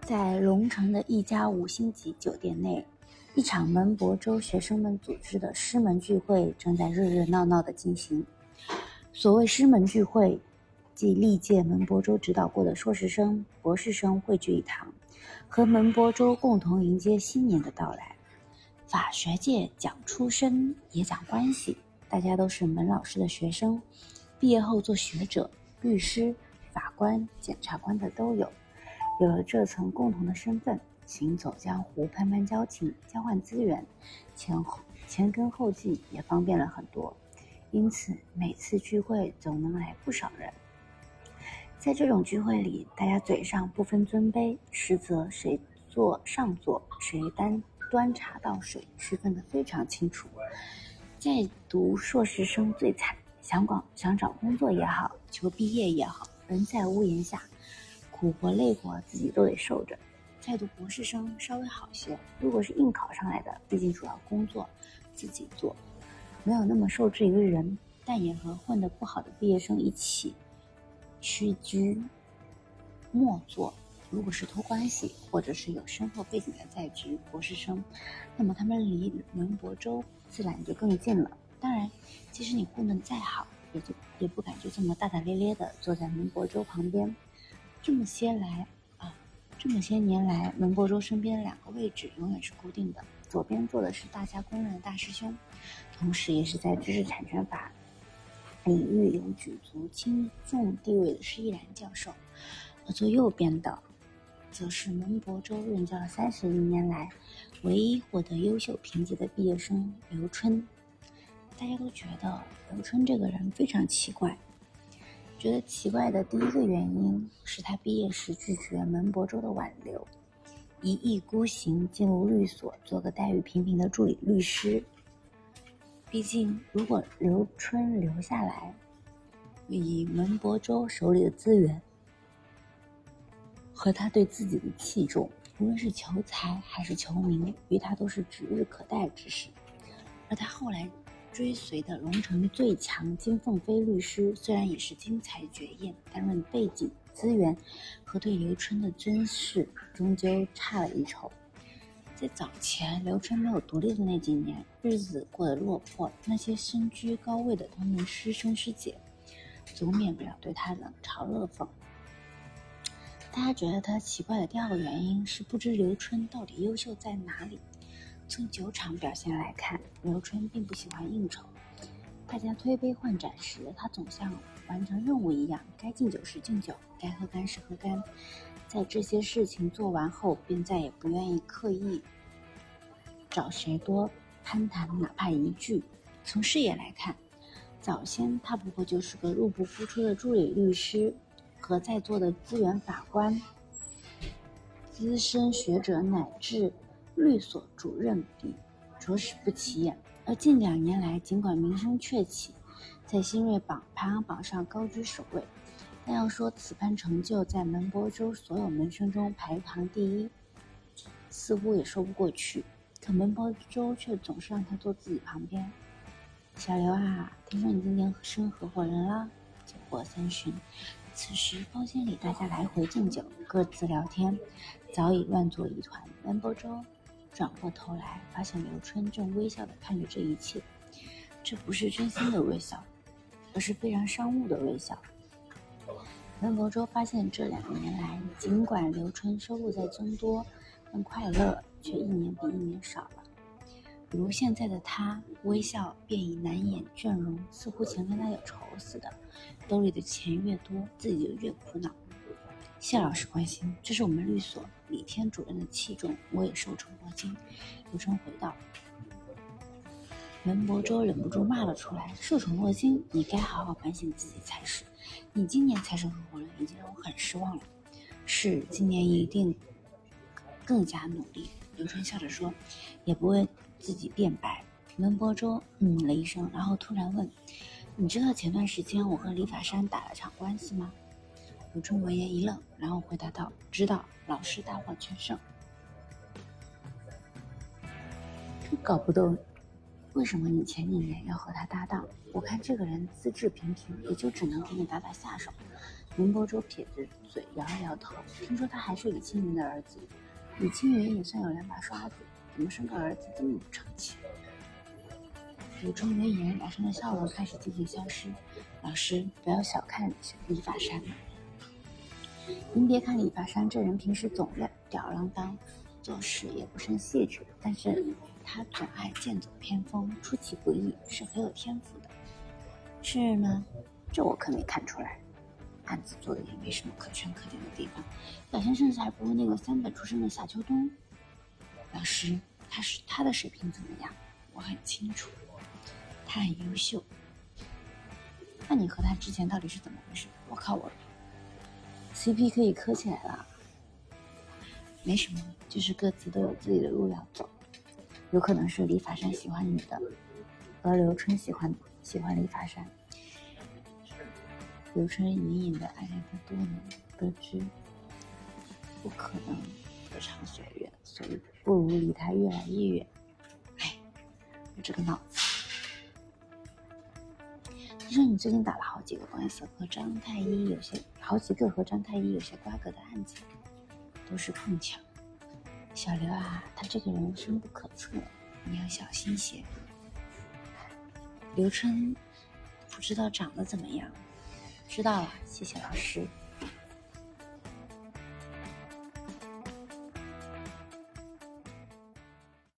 在龙城的一家5星级酒店内，一场门泊州学生们组织的师门聚会正在热热闹闹地进行。所谓师门聚会，即历届门泊州指导过的硕士生、博士生汇聚一堂，和门泊州共同迎接新年的到来。法学界讲出身，也讲关系，大家都是门老师的学生，毕业后做学者、律师、法官、检察官的都有。有了这层共同的身份，行走江湖攀攀交情，交换资源，前跟后继也方便了很多，因此每次聚会总能来不少人。在这种聚会里，大家嘴上不分尊卑，实则谁坐上座，谁端茶倒水，区分得非常清楚。在读硕士生最惨，想找工作也好，求毕业也好，人在屋檐下，苦活累活自己都得受着。在读博士生稍微好些，如果是硬考上来的，毕竟主要工作自己做，没有那么受制于人，但也和混得不好的毕业生一起屈居末座。如果是托关系或者是有深厚背景的在职博士生，那么他们离门泊州自然就更近了。当然，即使你混得再好，也不敢就这么大大咧咧地坐在门泊州旁边。这么些年来，门泊州身边的2个位置永远是固定的，左边坐的是大家公认的大师兄，同时也是在知识产权法领域有举足轻重地位的施一然教授，而坐右边的则是门泊州任教了31年来唯一获得优秀评级的毕业生刘春。大家都觉得刘春这个人非常奇怪，觉得奇怪的第一个原因是他毕业时拒绝门泊州的挽留，一意孤行进入律所做个待遇平平的助理律师。毕竟如果刘春留下来，以门泊州手里的资源和他对自己的器重，无论是求财还是求名，于他都是指日可待之事。而他后来追随的龙城最强金凤飞律师，虽然也是金才绝艳，但论背景资源和对刘春的珍视，终究差了一筹。在早前刘春没有独立的那几年，日子过得落魄，那些身居高位的同门师兄师姐总免不了对他冷嘲热讽。大家觉得他奇怪的第2个原因是不知刘春到底优秀在哪里。从酒场表现来看，刘春并不喜欢应酬，大家推杯换盏时，他总像完成任务一样，该敬酒时敬酒，该喝干时喝干。在这些事情做完后，便再也不愿意刻意找谁多攀谈哪怕一句。从事业来看，早先他不过就是个入不敷出的助理律师，和在座的资源法官、资深学者乃至律所主任比，着实不起眼。而近2年来，尽管名声鹊起，在新锐榜排行榜上高居首位，但要说此番成就在门泊州所有门生中排行第一，似乎也说不过去。可门泊州却总是让他坐自己旁边。小刘啊，听说你今天升合伙人了。酒过3巡，此时包间里大家来回敬酒，各自聊天，早已乱作一团。门泊州转过头来，发现刘春正微笑地看着这一切，这不是真心的微笑，而是非常商务的微笑。门泊州发现这2年来，尽管刘春收入在增多，但快乐却一年比一年少了。比如现在的他，微笑便已难掩倦容，似乎钱跟他有仇似的，兜里的钱越多，自己就越苦恼。谢老师关心，这是我们律所李天主任的器重，我也受宠若惊。刘春回道。门泊州忍不住骂了出来，受宠若惊，你该好好反省自己才是。你今年才升合伙人，已经让我很失望了。是，今年一定更加努力。刘春笑着说，也不为自己辩白。门泊州了一声，然后突然问，你知道前段时间我和李法山打了场官司吗？刘春闻言一愣，然后回答道，知道，老师大获全胜。真搞不懂为什么你前几年要和他搭档，我看这个人资质平平，也就只能给你打打下手， 文博州撇着嘴摇了摇头，听说他还是李青云的儿子，李青云也算有两把刷子，怎么生个儿子这么不成器？柳春闻言，脸上的笑容开始渐渐消失。老师，不要小看李法山。您别看李法山这人平时总吊儿郎当，做事也不甚细致，但是他总爱剑走偏锋，出其不意，是很有天赋的。是吗？这我可没看出来。案子做的也没什么可圈可点的地方，表现甚至还不如那个三本出身的夏秋冬。老师，他的水平怎么样？我很清楚，他很优秀。那你和他之前到底是怎么回事？我靠我 CP 可以磕起来了。没什么，就是各自都有自己的路要走。有可能是李法山喜欢你的，而刘春喜欢李法山。刘春隐隐的暗恋他多年，得知不可能得偿所愿，所以不如离他越来越远。哎，我这个脑子。听说你最近打了好几个官司，和张太医有些瓜葛的案子，都是碰巧。小刘啊，他这个人深不可测，你要小心些。刘春不知道长得怎么样？知道了，谢谢老师。